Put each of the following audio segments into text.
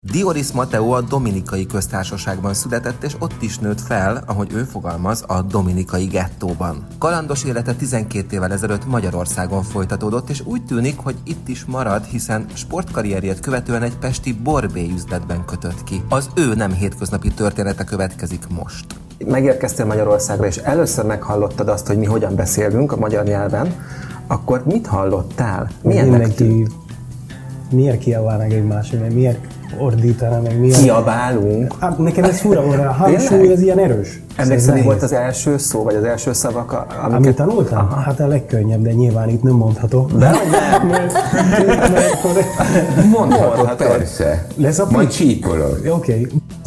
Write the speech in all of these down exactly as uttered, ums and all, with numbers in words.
Dioris Mateo a Dominikai Köztársaságban született, és ott is nőtt fel, ahogy ő fogalmaz, a dominikai gettóban. Kalandos élete tizenkét évvel ezelőtt Magyarországon folytatódott, és úgy tűnik, hogy itt is marad, hiszen sportkarrierjét követően egy pesti borbélyüzletben kötött ki. Az ő nem hétköznapi története következik most. Megérkeztél Magyarországra, és először meghallottad azt, hogy mi hogyan beszélünk a magyar nyelven, akkor mit hallottál? Milyennek tűnt? Miért kiabálnak egymásra, meg miért ordítanak, meg miért... Kiabálunk? Hát, nekem ez fura volt, a hangsúly az ilyen erős. Emlékszel, mi volt az első szó, vagy az első szavak, amiket... Amit tanultam? Aha. Hát a legkönnyebb, de nyilván itt nem mondható. De nem? Mondhatod, persze. Lesz a majd csípolod. Oké.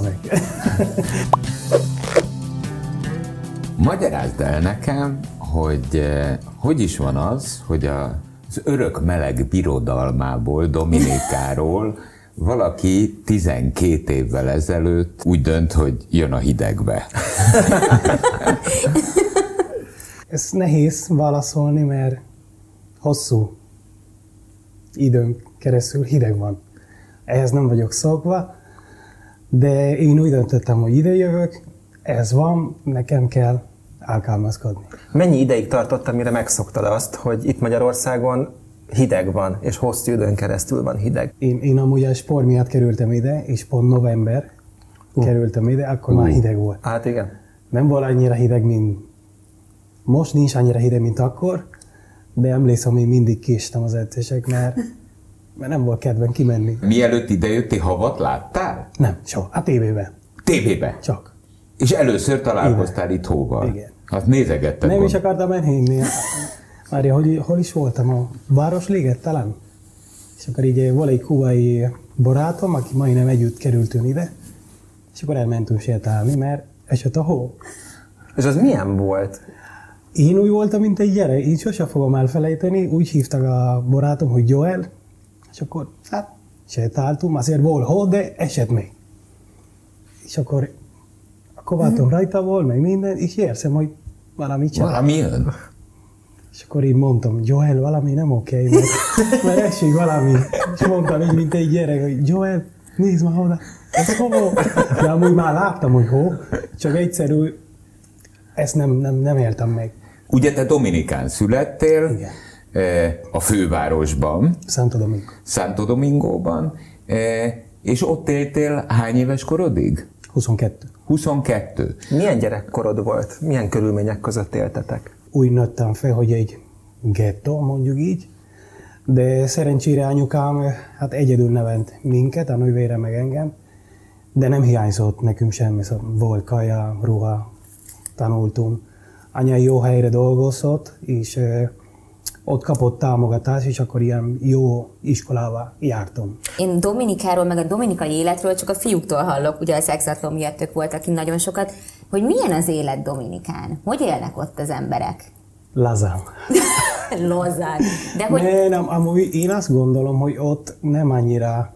Magyarázd el nekem, hogy hogy is van az, hogy az örök meleg birodalmából, Dominikáról valaki tizenkét évvel ezelőtt úgy dönt, hogy jön a hidegbe. Ez nehéz válaszolni, mert hosszú időn keresztül hideg van. Ehhez nem vagyok szokva, de én úgy döntöttem, hogy ide jövök, ez van, nekem kell alkalmazkodni. Mennyi ideig tartott, amire megszoktad azt, hogy itt Magyarországon hideg van, és hosszú időn keresztül van hideg? Én, én amúgy a sport miatt kerültem ide, és pont november uh. kerültem ide, akkor uh. már hideg volt. Hát igen. Nem volt annyira hideg, mint most, nincs annyira hideg, mint akkor, de emlékszem, hogy mindig késtem az edzések, mert, mert nem volt kedvem kimenni. Mielőtt idejöttél, havat láttál? Nem, soha. A tévében. Tévében? Csak. És először találkoztál igen. Itt hóval? Igen. Hát nézegetted. Nem gond. Is akartam menni. Mária, hol, hol is voltam? A Városliget talán? És akkor így volt egy kubai barátom, aki majdnem együtt kerültünk ide, és akkor elmentünk sétálni, mert esett a hó. És az milyen volt? Én úgy voltam, mint egy gyerek, így sosem fogom elfelejteni, úgy hívtak a barátom, hogy Joel, és akkor hát sétáltunk, azért volt hó, de esett még. És akkor a kabátom mm. rajta volt, meg minden, és érzem, hogy valami csinál. Valami jön. És akkor így mondtam, Joel, valami nem oké, okay, mert, mert esik valami. És mondtam így, mint egy gyerek, hogy Joel, nézd már oda, ez hó. De amúgy már láttam, hogy hó, csak egyszerű, ezt nem, nem, nem éltem meg. Ugye te Dominikán születtél, igen. A fővárosban. Santo Domingo. Santo Domingóban. És ott éltél hány éves korodig? huszonkettő. huszonkettő. Milyen gyerekkorod volt? Milyen körülmények között éltetek? Úgy nőttem fel, hogy egy gettó, mondjuk így, de szerencsére anyukám hát egyedül nevelt minket, a nővére meg engem, de nem hiányzott nekünk semmi, szóval volt kaja, ruha, tanultunk. Anya jó helyre dolgozott, és ö, ott kapott támogatást, és akkor ilyen jó iskolába jártam. Én Dominikáról, meg a dominikai életről csak a fiúktól hallok, ugye az exatló miatt ők voltak itt nagyon sokat, hogy milyen az élet Dominikán? Hogy élnek ott az emberek? Lazán. Lazán. De hogy... Ne, nem, amúgy én azt gondolom, hogy ott nem annyira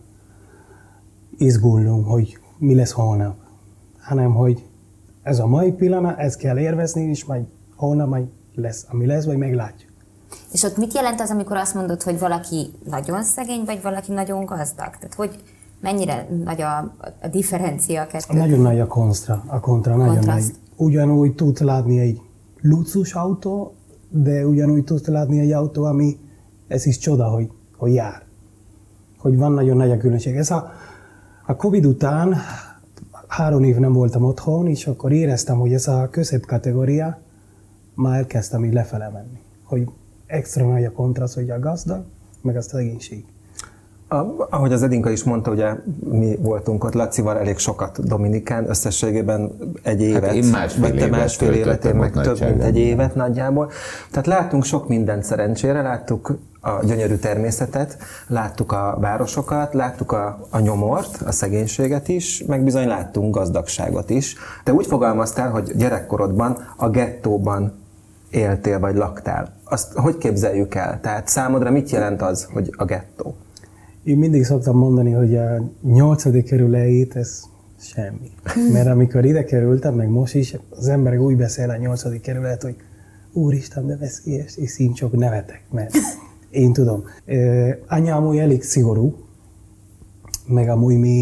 izgulunk, hogy mi lesz holnap, hanem hogy ez a mai pillanat, ezt kell érvezni, és majd holnap majd lesz, ami lesz, vagy meglátjuk. És ott mit jelent az, amikor azt mondod, hogy valaki nagyon szegény, vagy valaki nagyon gazdag? Tehát hogy mennyire nagy a, a differencia a kettő? Nagyon nagy a kontra, a kontra nagyon nagy. Ugyanúgy tudsz látni egy luxus autó, de ugyanúgy tudsz látni egy autó, ami, ez is csoda, hogy, hogy jár. Hogy van nagyon nagy a különbség. Ez a, a Covid után három év nem voltam otthon, és akkor éreztem, hogy ez a középkategória már elkezdtem így lefele menni. Hogy extra nagy a kontraszt, hogy a gazdag, meg a szegénység. Ahogy az Edinka is mondta, ugye mi voltunk ott Lacival elég sokat Dominikán, összességében egy évet. Hát én másfél évet, másfél évet én meg több mint egy évet minden. nagyjából. Tehát láttunk sok mindent szerencsére, láttuk a gyönyörű természetet, láttuk a városokat, láttuk a, a nyomort, a szegénységet is, meg bizony láttunk gazdagságot is. Te úgy fogalmaztál, hogy gyerekkorodban a gettóban éltél vagy laktál. Azt hogy képzeljük el? Tehát számodra mit jelent az, hogy a gettó? Én mindig szoktam mondani, hogy a nyolcadik kerület, ez semmi. Mert amikor ide kerültem, meg most is, az emberek úgy beszél a nyolcadik kerület, hogy úristen, de veszélyes, és én csak nevetek, mert én tudom. Anya amúgy elég szigorú, meg amúgy mi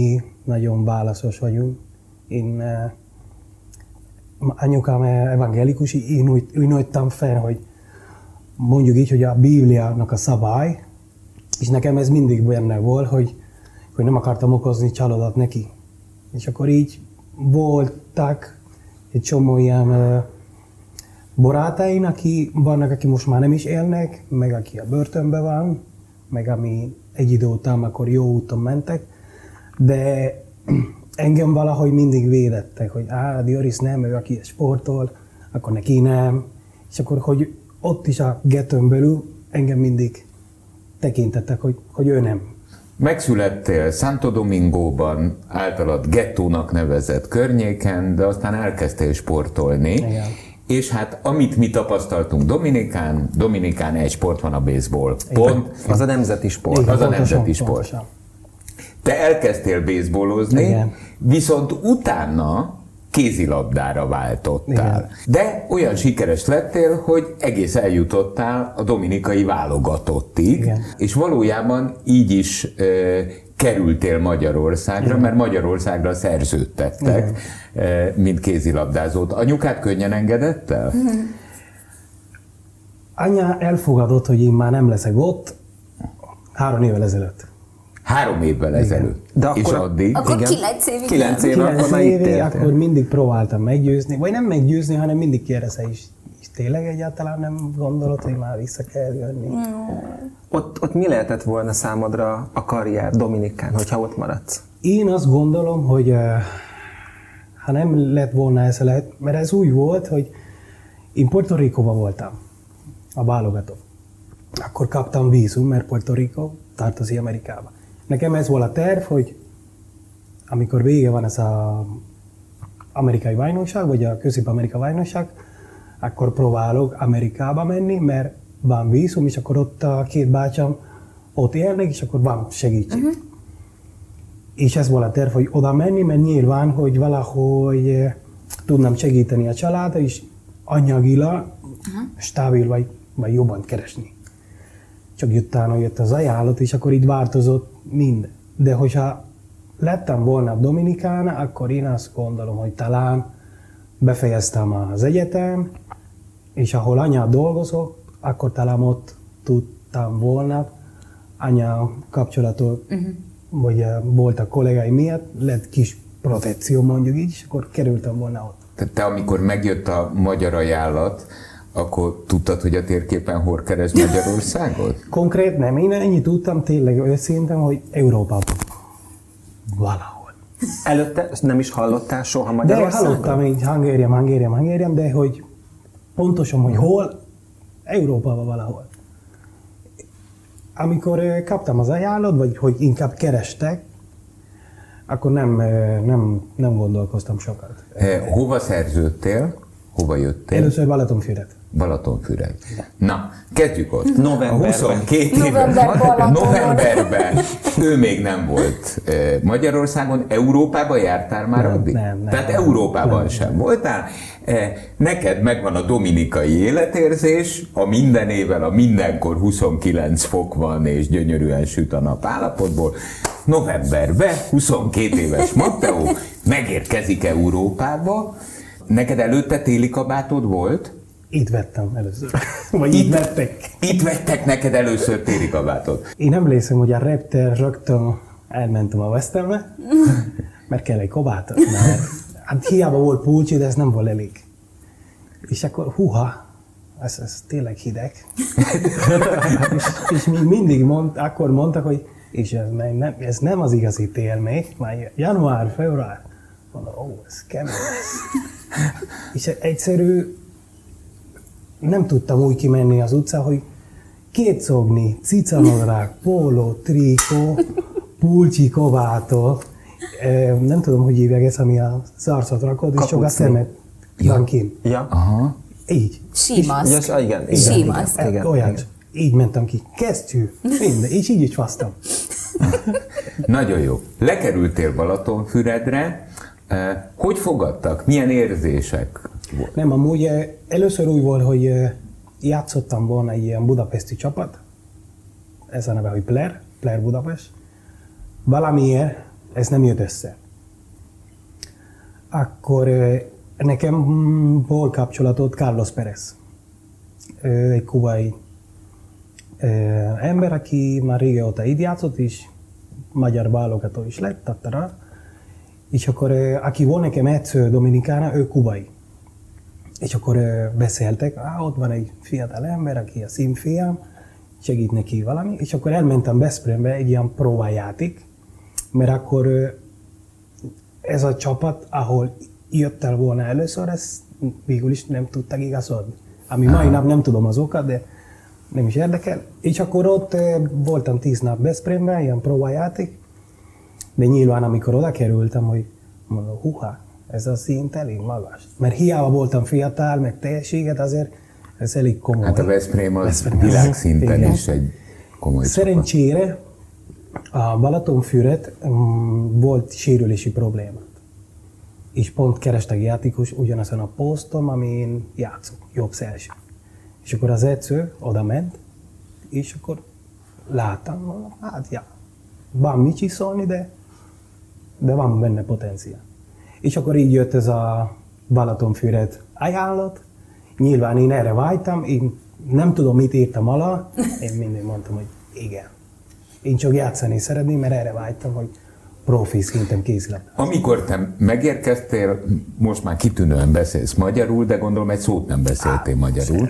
nagyon válaszos vagyunk. Én, uh, anyukám evangélikus, én úgy, úgy nőttem fel, hogy mondjuk így, hogy a Bibliának a szabály, és nekem ez mindig benne volt, hogy, hogy nem akartam okozni csalódat neki. És akkor így voltak egy csomó ilyen uh, barátaim, aki vannak, aki most már nem is élnek, meg aki a börtönben van, meg ami egy idő után akkor jó úton mentek, de engem valahogy mindig védettek, hogy á, Dioris nem, ő aki sportol, akkor neki nem, és akkor, hogy ott is a gettón belül engem mindig tekintettek, hogy, hogy ő nem. Megszülettél Santo Domingóban, általad gettónak nevezett környéken, de aztán elkezdtél sportolni. Igen. És hát amit mi tapasztaltunk Dominikán, Dominikán egy sport van, a baseball. Pont. Az a nemzeti sport. Igen, az a pontosan, nemzeti sport. Pontosan. Te elkezdtél baseballozni, Igen. viszont utána kézilabdára váltottál. Igen. De olyan sikeres lettél, hogy egész eljutottál a dominikai válogatottig, Igen. és valójában így is e, kerültél Magyarországra, Igen. mert Magyarországra szerződtettek, e, mint kézilabdázót. Anyukát könnyen engedett el? Igen. Anya elfogadott, hogy én már nem leszek ott három évvel ezelőtt. Három évvel ezelőtt. De akkor, és addig? Akkor igen, kilenc évig. Kilenc éve, Kilenc akkor már itt évig, éltél. akkor mindig próbáltam meggyőzni, vagy nem meggyőzni, hanem mindig kérdezte is, és tényleg egyáltalán nem gondolod, hogy már vissza kell jönni. Mm. Ott, ott mi lehetett volna számodra a karrier Dominikán, hogyha ott maradsz? Én azt gondolom, hogy uh, ha nem lett volna ez lehet, mert ez úgy volt, hogy én Puerto Ricoban voltam, a válogató. Akkor kaptam vízum, mert Puerto Rico tartozik Amerikába. Nekem ez volt a terv, hogy amikor vége van ez az amerikai bajnokság, vagy a Közép-Amerika bajnokság, akkor próbálok Amerikába menni, mert van vízum, és akkor ott a két bátyám ott élnek, és akkor van segítség. Uh-huh. És ez volt a terv, hogy oda menni, mert nyilván, hogy valahogy tudnám segíteni a családra, és anyagilag uh-huh. stabil vagy, vagy jobban keresni. Csak utána jött az ajánlat, és akkor itt változott minden. De hogyha lettem volna Dominikán, akkor én azt gondolom, hogy talán befejeztem az egyetem, és ahol anya dolgozok, akkor talán ott tudtam volna anya kapcsolatot, uh-huh. vagy volt a kollégái miatt, lett kis protekció mondjuk így, és akkor kerültem volna ott. Tehát te, amikor megjött a magyar ajánlat, akkor tudtad, hogy a térképen hol keresd Magyarországot? Konkrét nem, én ennyit tudtam tényleg őszintén, hogy Európában valahol. Előtte nem is hallottál soha De Magyarországon? hallottam így Hungarian, Hungarian, Hungarian, de hogy pontosan, hogy hol, Európában valahol. Amikor kaptam az ajánlót, vagy hogy inkább kerestek, akkor nem, nem, nem gondolkoztam sokat. Hova szerződtél? Hova jöttél? Először Balatonfüred. Balatonfüred. Na, kezdjük ott. Novemberben. huszonkettő éves. November Balatonon. Novemberben. Ő még nem volt Magyarországon. Európában jártál már Nem, addig? nem, nem. Tehát Európában Nem, sem nem. voltál. Neked megvan a dominikai életérzés, a mindenével, a mindenkor huszonkilenc fok van, és gyönyörűen süt a nap állapotból. Novemberben huszonkét éves Matteo megérkezik Európába. Neked előtte téli kabátod volt? Itt vettem először. Vagy itt, itt vettek. Itt vettek neked először téli kabátot. Én emlékszem, hogy a reptér rögtön elmentem a West Hambe, mert kell egy kabátot. Mert, hát hiába volt pulcsi, de ez nem volt elég. És akkor húha, ez, ez tényleg hideg. és, és mi mindig mond, akkor mondtak, hogy és ez nem, ez nem az igazi tél még, már január, február. Mondom, ó, ez kemény lesz. És egyszerű, nem tudtam úgy kimenni az utca, hogy két szogni, cicanodrák, póló, trikó, pulcsi, kabátot, nem tudom, hogy hívják ezt, ami a szarcot rakod, és csak a szemet van kint. Ja. Aha. Így. Símaszk. Ja, igen, igen, Símaszk. igen, igen, Olyan. igen. Így mentem ki. Kesztyű, minden. És így is fasztam. Nagyon jó. Lekerültél Balatonfüredre. Hogy fogadtak? Milyen érzések volt? Nem, amúgy először úgy volt, hogy játszottam volna egy ilyen budapesti csapat. Ez a neve, hogy Player, Player Budapest. Valamiért ez nem jött össze. Akkor nekem volt kapcsolatot Carlos Perez. Egy kubai ember, aki már régóta itt játszott is, magyar válogató is lett, tattara. És akkor aki volt nekem edző Dominikána, ő kubai. És akkor beszéltek, ah, ott van egy fiatal ember, aki a színfiam, segít neki valami, és akkor elmentem Veszprémbe egy ilyen próbájáték, mert akkor ez a csapat, ahol jött el volna először, ezt végül is nem tudtak igazodni. Ami mai nap nem tudom az okat, de nem is érdekel. És akkor ott voltam tíz nap Veszprémben, ilyen próbájáték, de nyilván amikor oda kerültem, hogy mondom, huha, ez a szint elég magas. Mert hiába voltam fiatal, meg teljességet, azért ez elég komoly. Hát a Veszprém az Veszprém világszinten igen. is egy komoly Szerencsére a Balatonfüred um, volt sérülési problémát. És pont kerestek játékos ugyanazon a poszton, amin játszok, jobb szélső. És akkor az edző oda ment, és akkor láttam, hát ja, van mit csiszolni, de, de van benne potenciál. És akkor így jött ez a Balatonfüred ajánlat. Nyilván én erre vágytam, én nem tudom, mit írtam alá, én mindig mondtam, hogy igen. Én csak játszani szeretném, mert erre vágytam, hogy profi szinten készülök. Amikor te megérkeztél, most már kitűnően beszélsz magyarul, de gondolom egy szót nem beszéltél Á, magyarul.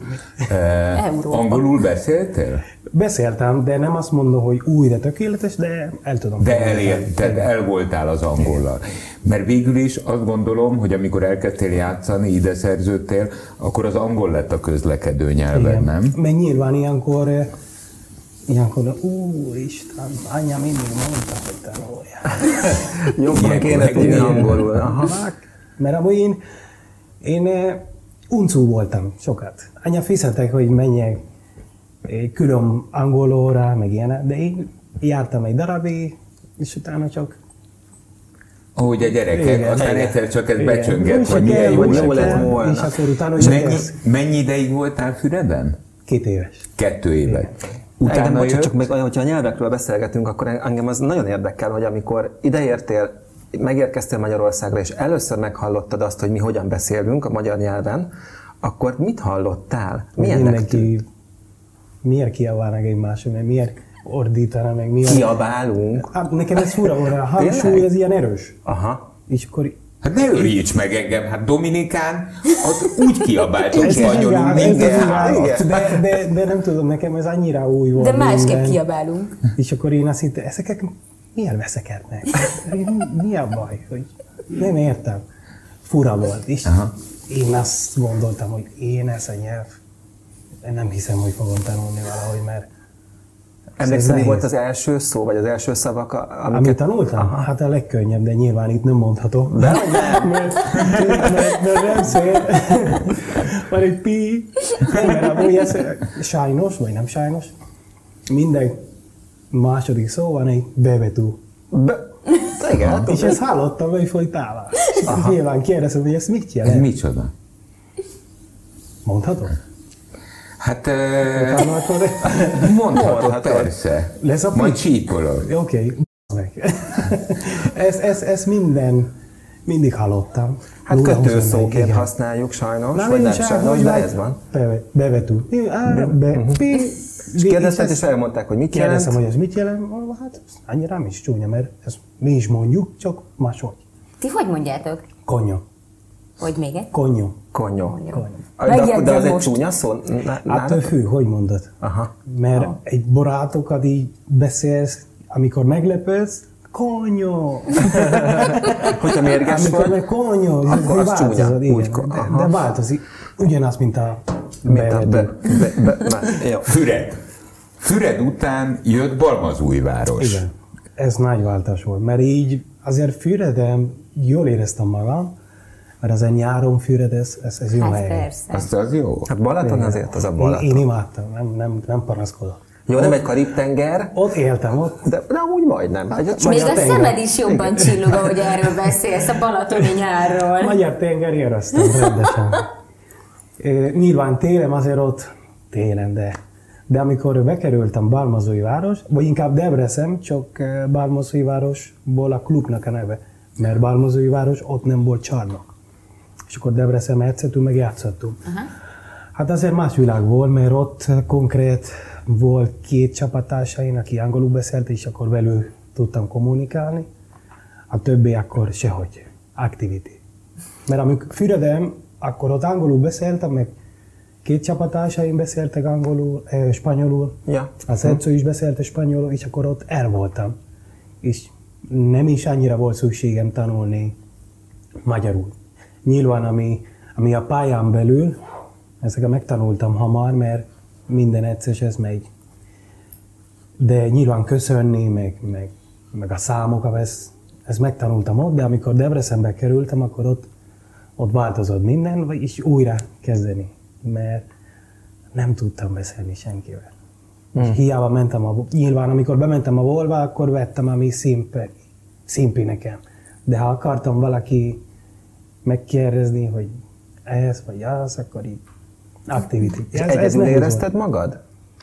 Uh, angolul beszéltél? Beszéltem, de nem azt mondom, hogy új, de tökéletes, de el tudom. De elérted, el voltál az angollal. Mert végül is azt gondolom, hogy amikor elkezdtél játszani, ide szerződtél, akkor az angol lett a közlekedő nyelved, igen. nem? Mert nyilván ilyenkor Ilyenkor, úristen, anyám mindig mondta, hogy tanuljál. Jobban kéne tudni angolul. Mert amúgy én, én uncú voltam sokat. Anya fizettek, hogy menjek külön angolóra, meg ilyenek, de én jártam egy darabig, és utána csak... Ahogy a gyerekek, igen, aztán egyszer csak ez becsönget, hogy milyen jó, jó lett volna. És akkor utána mennyi, mennyi ideig voltál Füreden? Két éves. Kettő évet. Utána engem, jött... csak még, hogyha a nyelvekről beszélgetünk, akkor engem az nagyon érdekel, hogy amikor ideértél, megérkeztél Magyarországra, és először meghallottad azt, hogy mi hogyan beszélünk a magyar nyelven, akkor mit hallottál? Milyennek tűnt? Miért kiabálnak egymásra, meg miért ordítanak, meg miért... Kiabálunk? Hát, nekem ez fura volt, a hangsúly ez ilyen erős. Aha. És akkor... Hát ne őríts meg engem, hát Dominikán az úgy kiabáltok spanyolul, minden. De, de, de nem tudom, nekem ez annyira új volt. De másképp kiabálunk. És akkor én azt hittem, ezek miért veszekednek? Mi a baj? Hogy nem értem. Fura volt. És aha. Én azt gondoltam, hogy én ez a nyelv, nem hiszem, hogy fogom tanulni valahogy, mert emlékszel, mi volt az első szó, vagy az első szavak, amiket... Amit tanultam? Aha. Hát a legkönnyebb, de nyilván itt nem mondhatom. De nem, mert, mert, mert nem szél. Van egy pi. Nem, mert amúgy ez sajnos, vagy nem sajnos, minden második szó van egy bevetú. Be... Igen. És ezt hallottam, hogy folytál. Nyilván kérdezem, hogy ezt mit jelent? Ez micsoda? Mondhatom? Hát, mondhatod, persze. Majd csípolod. Oké, okay. ezt, ezt, ezt minden, mindig hallottam. Hát kötőszóként használjuk sajnos, na, vagy nem sajnos, de ez van. Bevetú. És kérdezted, és elmondták, hogy mit jelent? Kérdeztem, hogy ez mit jelent. Hát annyira nem is csúnya, mert ezt mi is mondjuk, csak máshogy. Ti hogy mondjátok? Konyó. Hogy még egy? Konyó. Konyó. De, de az egy csúnya szó? Attól függ, hogy mondod. Aha. Mert aha. Egy barátokat így beszélsz, amikor meglepődsz, konyó. Hogyha mérges vagy? Amikor meg konyó, akkor az csúnya. Úgy, de, de változik. Ugyanaz, mint a bevedő. Füred. Füred után jött Balmazújváros. Igen. Ez nagy váltás volt, mert így azért Füreden jól éreztem magam, mert az a nyáron Füred, ez, ez, ez jó hát hely. Persze. Azt az jó. Hát Balaton azért az a Balaton. Én, én imádtam, nem, nem, nem panaszkodok. Jó, ott, nem egy Karib-tenger. Ott éltem, ott. De, de úgy majdnem. Hát, még a szemed is jobban csillog, ahogy erről beszélsz, a balatoni nyárról. Magyar tenger éreztem rendesen. E, nyilván télen azért ott, télen, de De amikor bekerültem Balmazúj város, vagy inkább Debrecen, csak Balmazúj városból a klubnak a neve, mert Balmazúj város ott nem volt csarnok. És akkor Debrecenben egyszerűen meg játszottunk. Uh-huh. Hát azért más világ volt, mert ott konkrét volt két csapattársaim, aki angolul beszélt, és akkor velük tudtam kommunikálni. A többi akkor sehogy, activity. Mert amikor Füredem, akkor ott angolul beszéltem, meg két csapattársaim beszéltek angolul, eh, spanyolul, ja. Az edző is beszélte spanyolul, és akkor ott el voltam. És nem is annyira volt szükségem tanulni magyarul. Nyilván, ami, ami a pályán belül, ezeket megtanultam hamar, mert minden egyszer ez megy. De nyilván köszönni, meg, meg, meg a számokat, ezt, ezt megtanultam ott, de amikor Debrecenbe kerültem, akkor ott, ott változott minden, és újra kezdeni. Mert nem tudtam beszélni senkivel. Hmm. Hiába mentem a... Nyilván, amikor bementem a Volva, akkor vettem, ami szimpi, szimpi nekem. De ha akartam valaki megkérdezni, hogy ez vagy az, akkor így activity. És ez, egyedül ez érezted volt. Magad?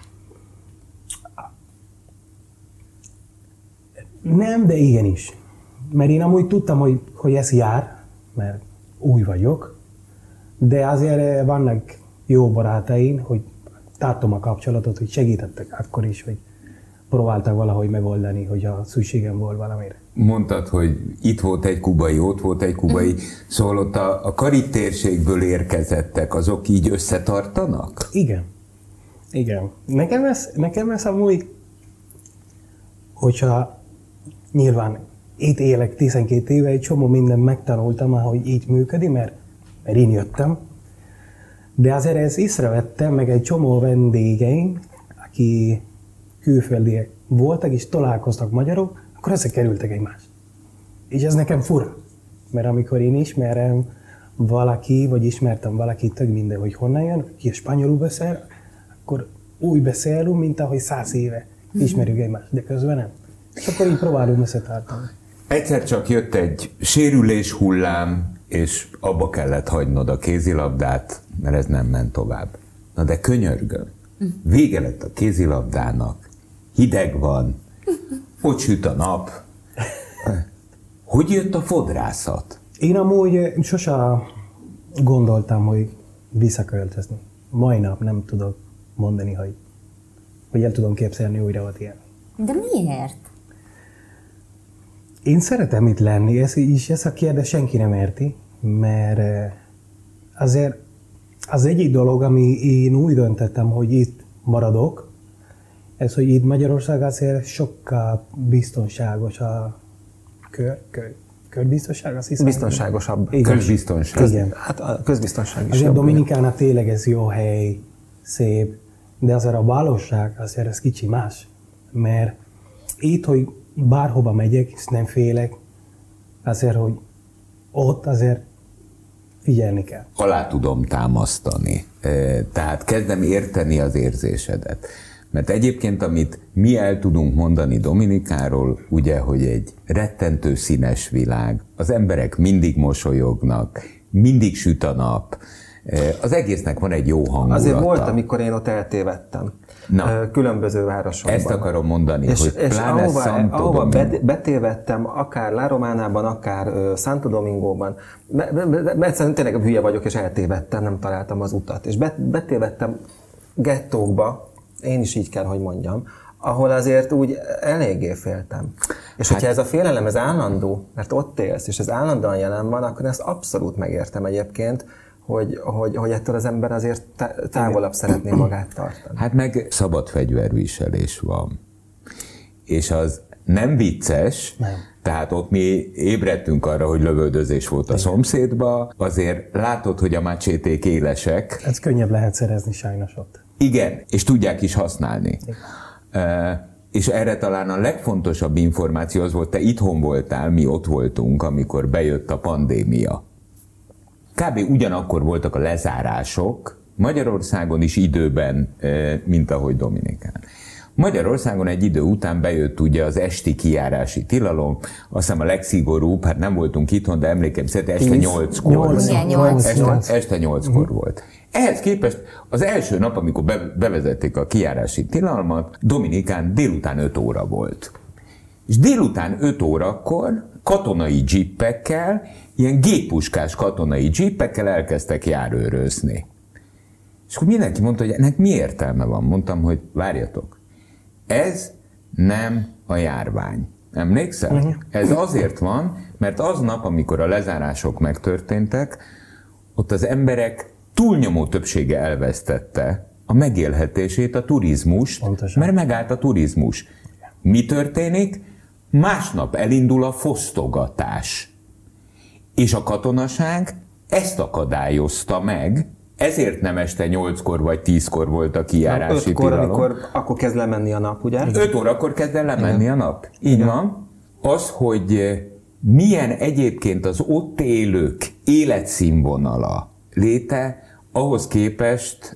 Nem, de igenis. Mert én amúgy tudtam, hogy, hogy ez jár, mert új vagyok, de azért vannak jó barátaim, hogy tartom a kapcsolatot, hogy segítettek akkor is, hogy próbáltak valahogy megoldani, hogyha szükségem volt valamire. Mondtad, hogy itt volt egy kubai, ott volt egy kubai, szóval ott a, a Karib térségből érkezettek, azok így összetartanak? Igen. Igen. Nekem ez, nekem ez amúgy, hogyha nyilván itt élek tizenkét éve, egy csomó mindent megtanultam, ahogy így működik, mert, mert én jöttem. De azért ezt észrevettem, meg egy csomó vendégeim, aki külföldiek voltak és találkoztak magyarok, akkor összekerültek egymást. És ez nekem fura. Mert amikor én ismerem valaki, vagy ismertem valakit, tök minden, hogy honnan jön, ki spanyolul beszél, akkor úgy beszélünk, mint ahogy száz éve ismerjük egymást, de közben nem. És akkor így próbálunk összetartani. Egyszer csak jött egy sérülés hullám, és abba kellett hagynod a kézilabdát, mert ez nem ment tovább. Na de könyörgöm, vége lett a kézilabdának, hideg van, hogy süt a nap. Hogy jött a fodrászat? Én amúgy sose gondoltam, hogy visszaköltözni. Mai nap nem tudok mondani, hogy, hogy el tudom képzelni újra ott ilyen. De miért? Én szeretem itt lenni, ez, és ezt a kérdést senki nem érti, mert azért az egyik dolog, ami én úgy döntöttem, hogy itt maradok, ez, hogy itt Magyarország azért sokkal biztonságos a kör, kör, körbiztonság, azt hiszem. Biztonságosabb. Igen. Közbiztonság. Igen. Hát a közbiztonság is azért jobb. Dominikának tényleg ez jó hely, szép, de azért a valóság azért ez kicsi más, mert itt, hogy bárhova megyek, és nem félek, azért, hogy ott azért figyelni kell. Alá tudom támasztani. Tehát kezdem érteni az érzésedet. Mert egyébként, amit mi el tudunk mondani Dominikáról, ugye, hogy egy rettentő színes világ, az emberek mindig mosolyognak, mindig süt a nap, az egésznek van egy jó hangulata. Azért volt, amikor én ott eltévedtem. Na, különböző városokban. Ezt akarom mondani, és, hogy és pláne ahova, Santo ahova Domingo. betévedtem, akár La Románában, akár uh, Santo Domingóban, be, be, be, be, egyszerűen tényleg hülye vagyok, és eltévedtem, nem találtam az utat. És be, betévedtem gettókba, én is így kell, hogy mondjam, ahol azért úgy eléggé féltem. És hát, hogyha ez a félelem, ez állandó, mert ott élsz, és ez állandóan jelen van, akkor ezt abszolút megértem egyébként, hogy, hogy, hogy ettől az ember azért távolabb szeretné magát tartani. Hát meg szabad fegyverviselés van. És az nem vicces, nem. Tehát ott mi ébredtünk arra, hogy lövöldözés volt a Igen. szomszédba, azért látod, hogy a macséték élesek. Ez könnyebb lehet szerezni sajnos ott. Igen, és tudják is használni. Uh, és erre talán a legfontosabb információ az volt, te itthon voltál, mi ott voltunk, amikor bejött a pandémia. Kb. Ugyanakkor voltak a lezárások, Magyarországon is időben, mint ahogy Dominikán. Magyarországon egy idő után bejött ugye az esti kijárási tilalom, azt hiszem a legszigorúbb, hát nem voltunk itthon, de emlékem szerint este nyolckor. Este, este nyolckor uh-huh. volt. Ehhez képest az első nap, amikor be, bevezették a kijárási tilalmat, Dominikán délután öt óra volt. És délután öt órakor katonai dzsippekkel, ilyen géppuskás katonai dzsippekkel elkezdtek járőrözni. És akkor mindenki mondta, hogy ennek mi értelme van? Mondtam, hogy várjatok, ez nem a járvány. Emlékszel? Uh-huh. Ez azért van, mert aznap, amikor a lezárások megtörténtek, ott az emberek túlnyomó többsége elvesztette a megélhetését, a turizmust, pontosan. Mert megállt a turizmus. Mi történik? Másnap elindul a fosztogatás. És a katonaság ezt akadályozta meg, ezért nem este nyolckor vagy tízkor volt a kijárási ötkor, tilalom. amikor akkor kezd lemenni a nap, ugye? öt órakor kezd el lemenni Igen. a nap. Így Igen. van. Az, hogy milyen egyébként az ott élők életszínvonala, léte, ahhoz képest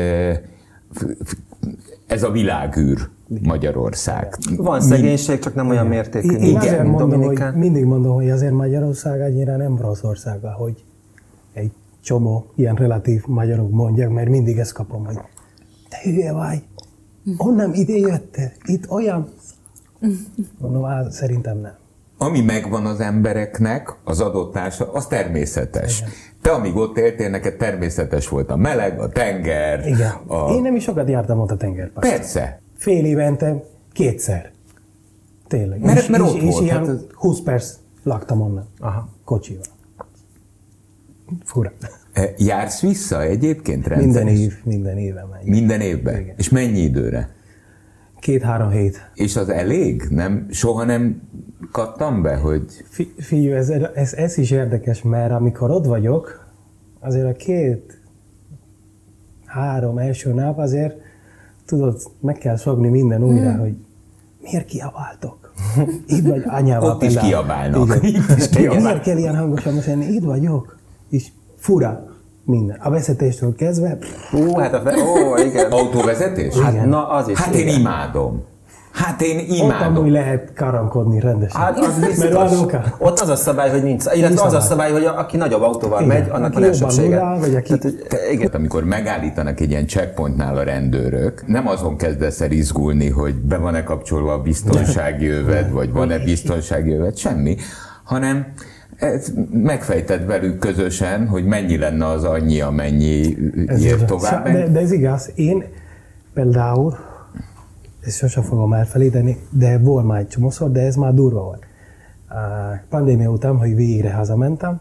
ez a világűr Magyarország. Van szegénység, csak nem olyan mértékű. Én, én azért mondom, hogy mindig mondom, hogy azért Magyarország annyira nem rossz ország, hogy egy csomó ilyen relatív magyarok mondják, mert mindig ezt kapom, hogy te hülye vagy, onnan ide jöttél, itt olyan. Mondom, hát szerintem nem. Ami megvan az embereknek, az adott társadalom, az természetes. Igen. Te, amíg ott éltél, neked természetes volt a meleg, a tenger. Igen. A... Én nem is sokat jártam ott a tengerparton. Persze. Fél évente kétszer. Tényleg. Mert, és, mert és, ott és volt. ilyen Hát ez... húsz perc laktam onnan. Aha. Kocsival. Fura. Jársz vissza egyébként rendszeresen? Minden év, minden éve megy. Minden évben? Igen. És mennyi időre? Két-három hét. És az elég? Nem, soha nem kattam be, hogy... Fi, figyelj, ez, ez, ez is érdekes, mert amikor ott vagyok, azért a két, három első nap azért, tudod, meg kell szokni minden újra, hmm. hogy miért kiabáltok? Itt vagy anyával. Ott is kiabálnak. Itt is kiabálnak. Miért kell ilyen hangosan beszélni? Itt vagyok. És fura. Minden. A vezetéstől kezdve... Ó, hát a... Fe... Ó, igen. Autóvezetés? Hát, igen. Na, az is. Hát én imádom. Hát én imádom. Ott amúgy lehet karankodni rendesen. Hát az biztos. Ott az a szabály, hogy nincs. Illetve az a szabály, hogy aki nagyobb autóval igen. megy, annak van elsőbsége. Tehát, amikor megállítanak egy ilyen checkpointnál a rendőrök, nem azon kezdesz el izgulni, hogy be van-e kapcsolva a biztonsági öved, vagy van-e biztonsági öved, semmi, hanem megfejted velük közösen, hogy mennyi lenne az annyi, amennyi ér tovább. De, de ez igaz. Én például, ezt sosem fogom elfelejteni, de volt már egy csomószor, de ez már durva volt. A pandémia után, hogy végre hazamentem,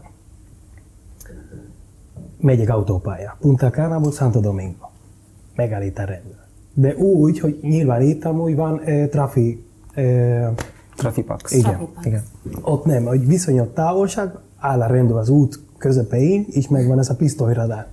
megyek autópálya. Punta Cana, Santo Domingo. Megállít a rendőr. De úgy, hogy nyilván itt amúgy van eh, trafi... Eh, Trafipax. Igen, igen. Ott nem, hogy viszonylag távolság, áll a rendőr az út közepén, és megvan ez a pisztolyradár.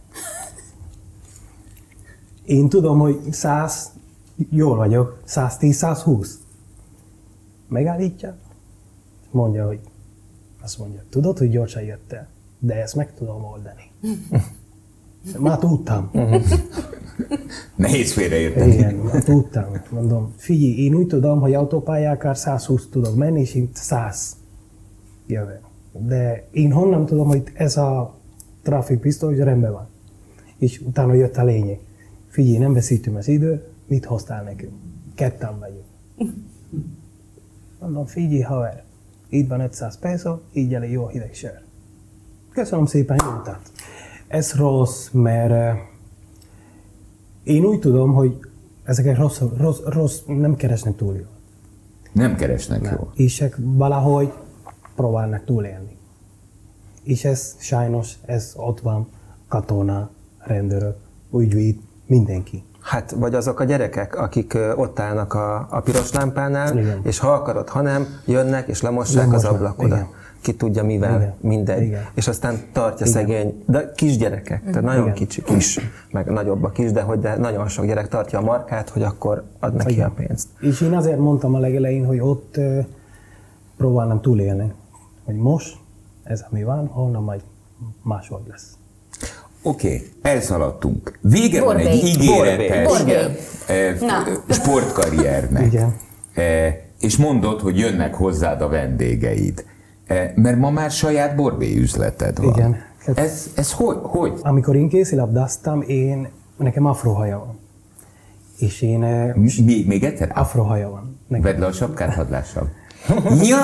Én tudom, hogy száz, jól vagyok, száztíz, százhúsz. Megállítja, mondja, hogy azt mondja, tudod, hogy gyorsan jöttél, de ezt meg tudom oldani. Már tudtam. Nehéz félreérteni. Igen, már tudtam. Mondom, figyelj, én úgy tudom, hogy autópályákár százhúsz tudok menni, és itt száz jövő. De én honnan tudom, hogy ez a trafikpisztoly rendben van. És utána jött a lényeg. Figyelj, nem veszítünk az idő, mit hoztál nekünk? Ketten vagyunk. Mondom, figyelj, haver, itt van ötszáz peso, így elég jó hideg sör. Köszönöm szépen, jó utat. Ez rossz, mert én úgy tudom, hogy ezeket rossz, rossz, rossz nem keresnek túl jól. Nem keresnek nem. jól. És valahogy próbálnak túlélni. És ez sajnos, ez ott van, katona, rendőrök, ügyvéd, mindenki. Hát, vagy azok a gyerekek, akik ott állnak a, a piros lámpánál, igen. és ha akarod, ha nem, jönnek és lemossák Lemosnak. az ablakodat. Igen. Ki tudja mivel, igen. mindegy. Igen. És aztán tartja igen. szegény, de kisgyerekek, tehát nagyon igen. kicsi kis, meg nagyobbak is, de, hogy de nagyon sok gyerek tartja a markát, hogy akkor ad neki igen. a pénzt. És én azért mondtam a legelején, hogy ott uh, próbálnám túlélni, hogy most ez ami van, holnap majd máshogy lesz. Oké, okay, elszaladtunk. Vége Borbély. van egy ígéretes Borbély. eh, sportkarriernek. Igen. Eh, és mondod, hogy jönnek hozzád a vendégeid. Eh, mert ma már saját borbély üzleted van. Igen. Ez, ez hogy, hogy? Amikor én kézilabdáztam, én, nekem afrohaja van. És én... Még, még egyszer? Afrohaja van. Nekem. Vedd le a sapkát, hadd lássam. Ja!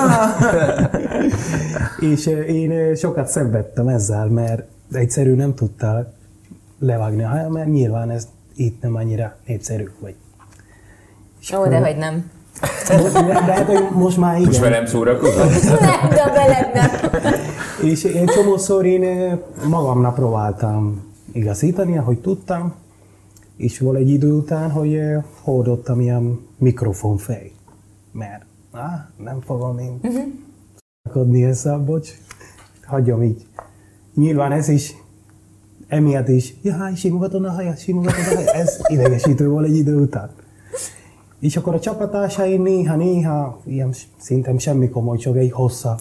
És én sokat szenvedtem ezzel, mert egyszerű nem tudtál levágni a hajam, mert nyilván ez itt nem annyira népszerű. Vagy. Ó, de hogy nem. De, de hát most már igen. Most velem szórakozol? Nem, de veled nem. És egy csomószor én magamnak próbáltam igazítani, ahogy tudtam, és volt egy idő után, hogy hordottam ilyen mikrofonfej. Mert á, nem fogom én uh-huh. adni ezzel, bocs, hagyjam így. Nyilván ez is, emiatt is, jaj, simogatom a hajat, simogatom a hajat, ez idegesítő volt egy idő után. És akkor a csapatársaim néha-néha, ilyen szintem semmi komoly, csak egy hossza.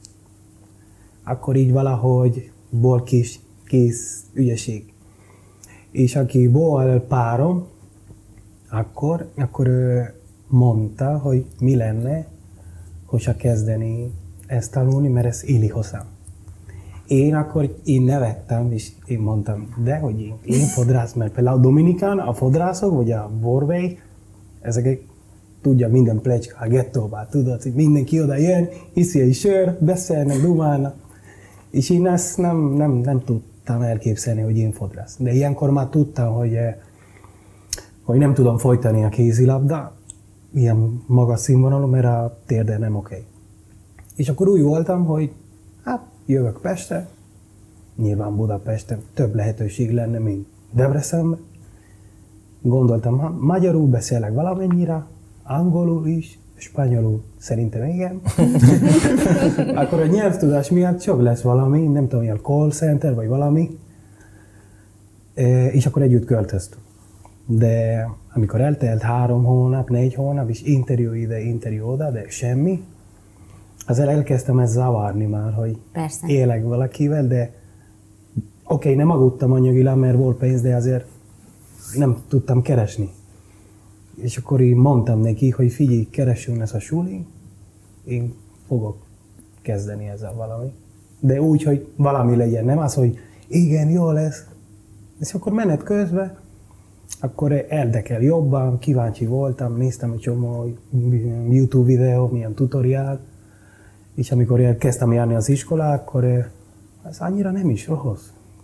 Akkor így valahogy volt kis kész ügyeség. És aki volt párom, akkor, akkor ő mondta, hogy mi lenne, hogyha kezdeni ezt tanulni, mert ez illi hozzám. Én akkor én nevettem, és én mondtam, de hogy én, én fodrász, mert például a Dominikán, a fodrászok, vagy a borbély, ezek tudja minden plecska a gettóban, tudod, hogy mindenki oda jön, hiszi egy sör, beszélnek, dumálnak. És én ezt nem, nem, nem tudtam elképzelni, hogy én fodrász. De ilyenkor már tudtam, hogy, hogy nem tudom folytani a kézilabdát, ilyen magas színvonalú, mert a térde nem oké. Okay. És akkor úgy voltam, hogy hát jövök Pestre, nyilván Budapesten több lehetőség lenne, mint Debrecenben. Gondoltam, ha magyarul beszélek valamennyire, angolul is, spanyolul szerintem igen. Akkor a nyelvtudás miatt csak lesz valami, nem tudom, ilyen call center vagy valami. És akkor együtt költöztünk. De amikor eltelt három hónap, négy hónap, és interjú ide, interjú oda, de semmi, azért elkezdtem ezt zavarni már, hogy Persze. élek valakivel, de oké, okay, nem aggódtam anyagilag, mert volt pénz, de azért nem tudtam keresni. És akkor én mondtam neki, hogy figyelj, keressünk ezt a suli, én fogok kezdeni ezzel valami. De úgy, hogy valami legyen, nem az, hogy igen, jó lesz. És akkor menet közben, akkor érdekel jobban, kíváncsi voltam, néztem egy csomó YouTube videó, milyen tutoriál, és amikor elkezdtem járni az iskolát, akkor ez annyira nem is rossz.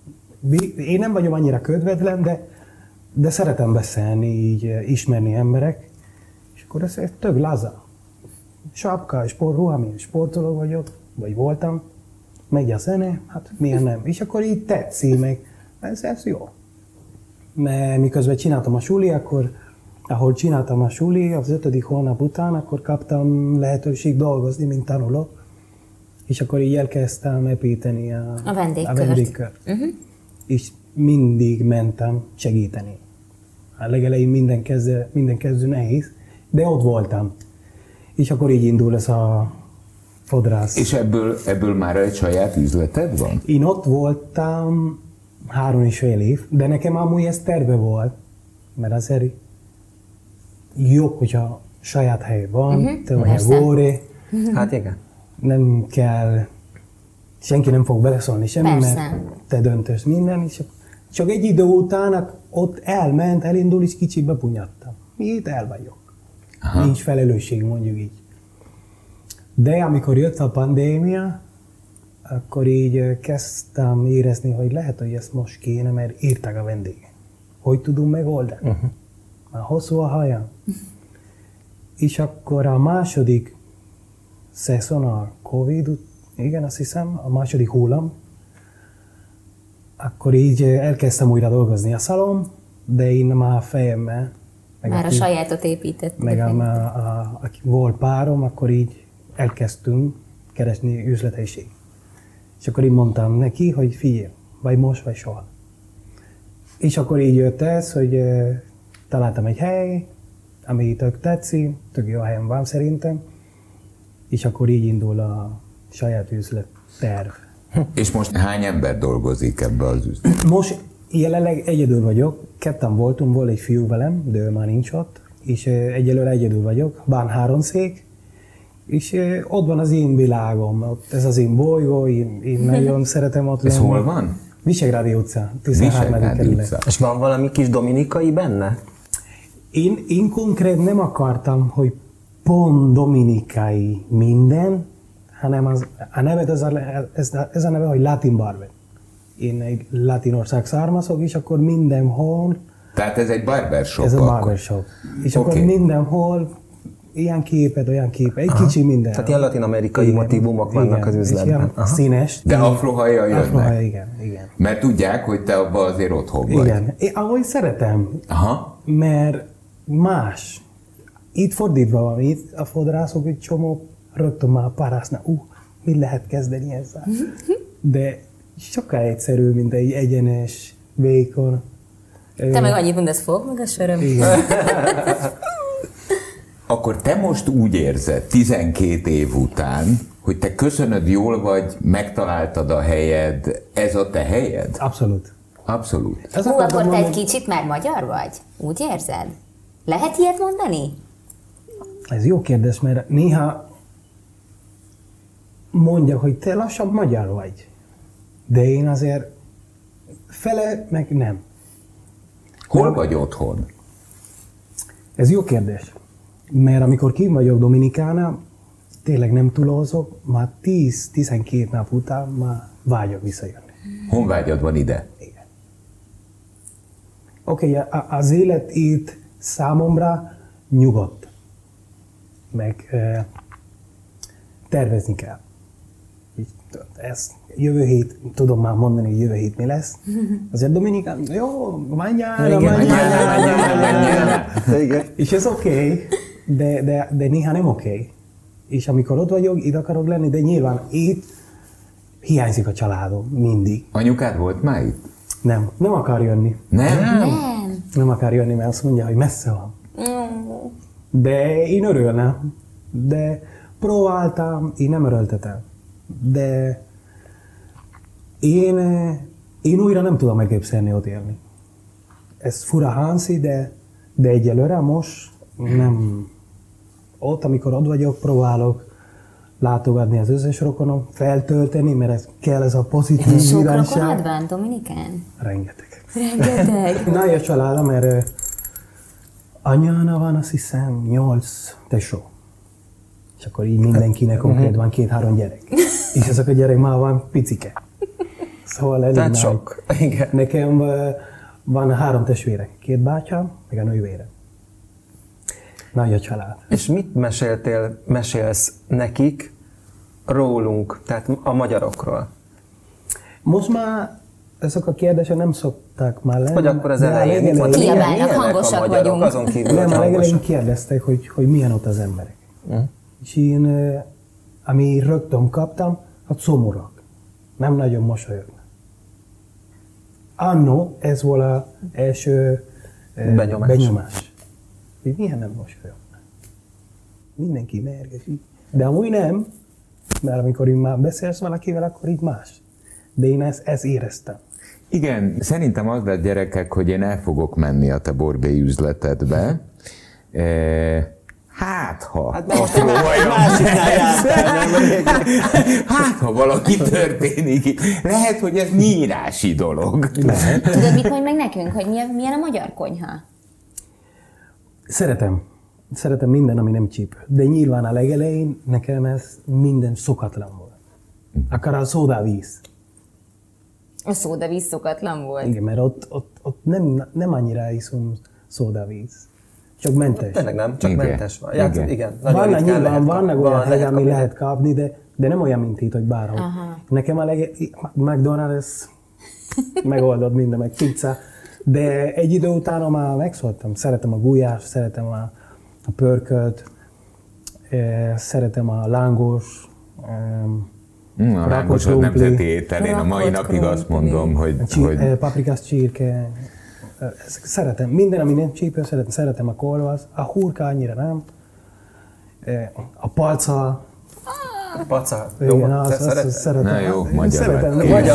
Én nem vagyok annyira ködvetlen, de, de szeretem beszélni, így ismerni emberek, és akkor ez, ez tök laza. Sapka, sportruha, milyen sportoló vagyok, vagy voltam, megy a zene, hát milyen nem. És akkor így tetszik meg, ez, ez jó. Mert miközben csináltam a suli, akkor ahol csináltam a suli, az ötödik hónap után, akkor kaptam lehetőség dolgozni, mint tanuló. És akkor így elkezdtem építeni a, a vendégkört. A vendégkört. Uh-huh. És mindig mentem segíteni. A legelején minden kezdő, minden kezdő nehéz, de ott voltam. És akkor így indul ez a fodrász. És ebből, ebből már egy saját üzleted van? Én ott voltam három és fél év, de nekem amúgy ez terve volt, mert azért jobb, hogyha saját hely van, uh-huh. te vagy a góre. Uh-huh. Hát igen. Nem kell, senki nem fog beleszólni semmi, Persze. mert te döntös minden, és csak egy idő után ott elment, elindul, és kicsit bepunyadtam. Itt el vagyok. Aha. Nincs felelősség, mondjuk így. De amikor jött a pandémia, akkor így kezdtem érezni, hogy lehet, hogy ezt most kéne, mert írták a vendégek. Hogy tudunk megoldani? Uh-huh. Már hosszú a hajam. És akkor a második szezon, a Covid, igen, azt hiszem, a második hullám, akkor így elkezdtem újra dolgozni a szalon, de én már a fejemmel, meg már a, a sajátot épített. Meg a, a, a, aki volt párom, akkor így elkezdtünk keresni üzlethelység. És akkor így mondtam neki, hogy figyelj, vagy most, vagy soha. És akkor így jött ez, hogy uh, találtam egy hely, ami tök tetszik, tök jó helyen van szerintem, és akkor így indul a saját üzlet terv. És most hány ember dolgozik ebbe az üzletben? Most jelenleg egyedül vagyok, ketten voltunk, volt egy fiú velem, de ő már nincs ott, és egyelőre egyedül vagyok, bán három szék, és ott van az én világom, ott ez az én bolygó, én, én nagyon szeretem ott lenni. Ez hol van? Visegrádi utca, tizenhárom kerület. És van valami kis dominikai benne? Én, én konkrét nem akartam, hogy pont dominikai minden, hanem az, a nevet ez a, ez, ez a neve, hogy Latin Barber. Én egy latinország származok, és akkor mindenhol... Tehát ez egy barbershop? Ez a barbershop. És okay. akkor mindenhol ilyen képet, olyan képet, egy Aha. kicsi minden. Tehát ilyen latin-amerikai motívumok vannak az üzletben. Színes. De afrohajjal jönnek? Afrohajjal, igen, igen. Mert tudják, hogy te abban azért otthon vagy. Igen. Én ahogy szeretem, Aha. mert más. Itt fordítva van, itt a fodrászok egy csomó rögtön már parásznak, ú, uh, mit lehet kezdeni ezzel? De sokkal egyszerűbb, mint egy egyenes, vékony. Te meg annyit mondasz, fog meg a söröm. Igen. Akkor te most úgy érzed, tizenkét év után, hogy te köszönöd, jól vagy, megtaláltad a helyed, ez a te helyed? Abszolút. Abszolút. Ez Hú, akkor te egy kicsit már magyar vagy? Úgy érzed? Lehet ilyet mondani? Ez jó kérdés, mert néha mondja, hogy te lassan magyar vagy. De én azért fele, meg nem. Hol nem. vagy otthon? Ez jó kérdés. Mert amikor kint vagyok Dominikánál, tényleg nem túlozok, már tíz-tizenkét nap után már vágyok visszajönni. Honvágyad van ide? Igen. Oké, okay, az élet itt számomra nyugodt. Meg eh, tervezni kell. Ez jövő hét, tudom már mondani, hogy jövő hét mi lesz. Azért Dominikán, jó, mañana, mañana, és ez oké, okay, de, de, de néha nem oké. Okay. És amikor ott vagyok, itt akarok lenni, de nyilván itt hiányzik a családom, mindig. Anyukád volt már itt? Nem, nem akar jönni. Nem? Nem. Nem akar jönni, mert azt mondja, hogy messze van. De én örülnem. De próbáltam, én nem örültetem. De én, én újra nem tudom megképzelni ott élni. Ez fura hangzik, de, de egyelőre most nem. Ott, amikor ott vagyok, próbálok látogatni az összes rokonom, feltölteni, mert ez kell ez a pozitív Sok vidámság. rokonod van, Dominikán? Rengeteg. Rengeteg. Nagy a családom, mert anyána van, azt hiszem, nyolc tesó. És akkor így mindenkinek konkrét van két-három gyerek. És ezek a gyerek már van picike. Szóval elég Tehát nagy. sok. Igen. Nekem van három testvérek, két bátyám, meg a nővérem. Nagy a család. És mit meséltél, mesélsz nekik rólunk, tehát a magyarokról? Most már ezek a kérdések nem szokták már lenni. Hogy akkor az elején mit mondtad? Kiabálnak, hangosak vagyunk. Azon kívül, nem, a legelején hangosak. kérdeztek, hogy, hogy milyen ott az emberek. Uh-huh. És én, ami rögtön kaptam, a szomorúak. Nem nagyon mosolyognak. Annó, ez volt az első benyomás. benyomás. Hogy milyen nem mosolyognak. Mindenki mérges. De amúgy nem, mert amikor én már beszélsz valakivel, akkor így más. De én ezt, ezt éreztem. Igen, szerintem az lett, gyerekek, hogy én el fogok menni a te borbély üzletedbe. E- Hát, ha... Hát most a másiknál Hát, ha valaki történik. Lehet, hogy ez nyírási dolog. Tudod, mit mondj meg nekünk, hogy milyen, milyen a magyar konyha? Szeretem. Szeretem minden, ami nem csípő. De nyilván a legelején nekem ez minden szokatlan volt. Akár a szódavíz. A szódavíz szokatlan volt? Igen, mert ott, ott, ott nem, nem annyira iszom szódavíz. Csak mentes. Tényleg nem, csak igen. mentes van. Igen. Igen. Igen. Vannak nyilván, vannak olyan helyek, ami kapni. lehet kapni, de, de nem olyan, mint itt, hogy bárhol. Aha. Nekem a leg... McDonald's megoldott minden, meg pizza. De egy idő után már megszóltam. Szeretem a gulyás, szeretem a, a pörkölt, eh, szeretem a lángos, eh, a lángos az nemzeti étel. Én a mai napig azt mondom, hogy... Csír, hogy... eh, paprikás csirke. Szeretem. Minden, ami nem csípő, szeretem. Szeretem a kolvasz. A hurka annyira nem. A palca. Paca. Igen, az, az, az szeretem. Na jó, magyar Szeretem. lett. Magyar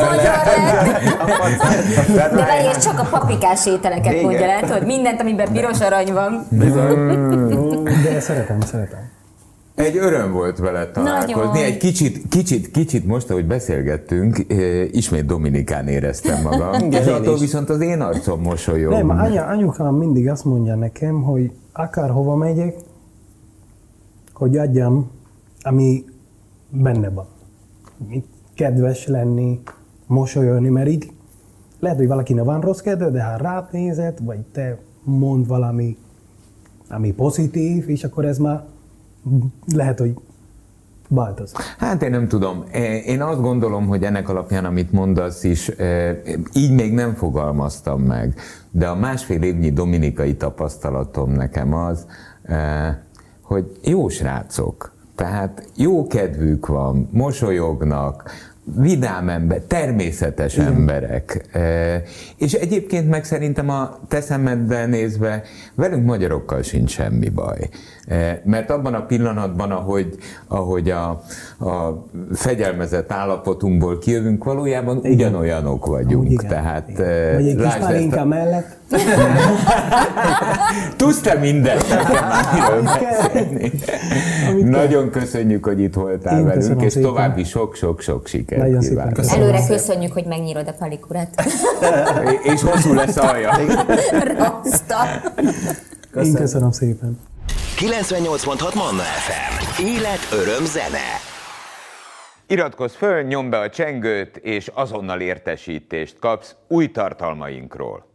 De várj, és csak a paprikás ételeket mondja el, hogy mindent, amiben piros arany van. De szeretem, szeretem. Egy öröm volt veled találkozni. Nagyon. Egy kicsit, kicsit, kicsit most, ahogy beszélgettünk, ismét Dominikán éreztem magam. És attól viszont az én arcom mosolyog. Nem, anya, anyukám mindig azt mondja nekem, hogy akárhova megyek, hogy adjam, ami benne van. Kedves lenni, mosolyogni, mert így lehet, hogy valakinek van rossz kedve, de ha rád nézed, vagy te mond valami, ami pozitív, és akkor ez már lehet, hogy változik. Hát én nem tudom. Én azt gondolom, hogy ennek alapján, amit mondasz is, így még nem fogalmaztam meg, de a másfél évnyi dominikai tapasztalatom nekem az, hogy jó srácok, tehát jó kedvük van, mosolyognak, vidám ember, természetes igen. emberek. E, és egyébként meg szerintem a te szemeddel nézve velünk magyarokkal sincs semmi baj. E, mert abban a pillanatban, ahogy, ahogy a, a fegyelmezett állapotunkból kijövünk, valójában igen. ugyanolyanok vagyunk. Igen, tehát, igen. Vagy egy kis pálinka a... mellett. Tudsz te mindent nekem beszélni. Nagyon köszönjük, hogy itt voltál Én velünk, és szépen. további sok-sok-sok sikert Nagyon kívánok. szépen Előre köszönjük, hogy megnyírod a palikurát. És hosszú lesz alja. Rasta. Én köszönöm szépen. kilencvennyolc pont hat Manna ef em. Élet, öröm, zene. Iratkozz föl, nyomd be a csengőt, és azonnal értesítést kapsz új tartalmainkról.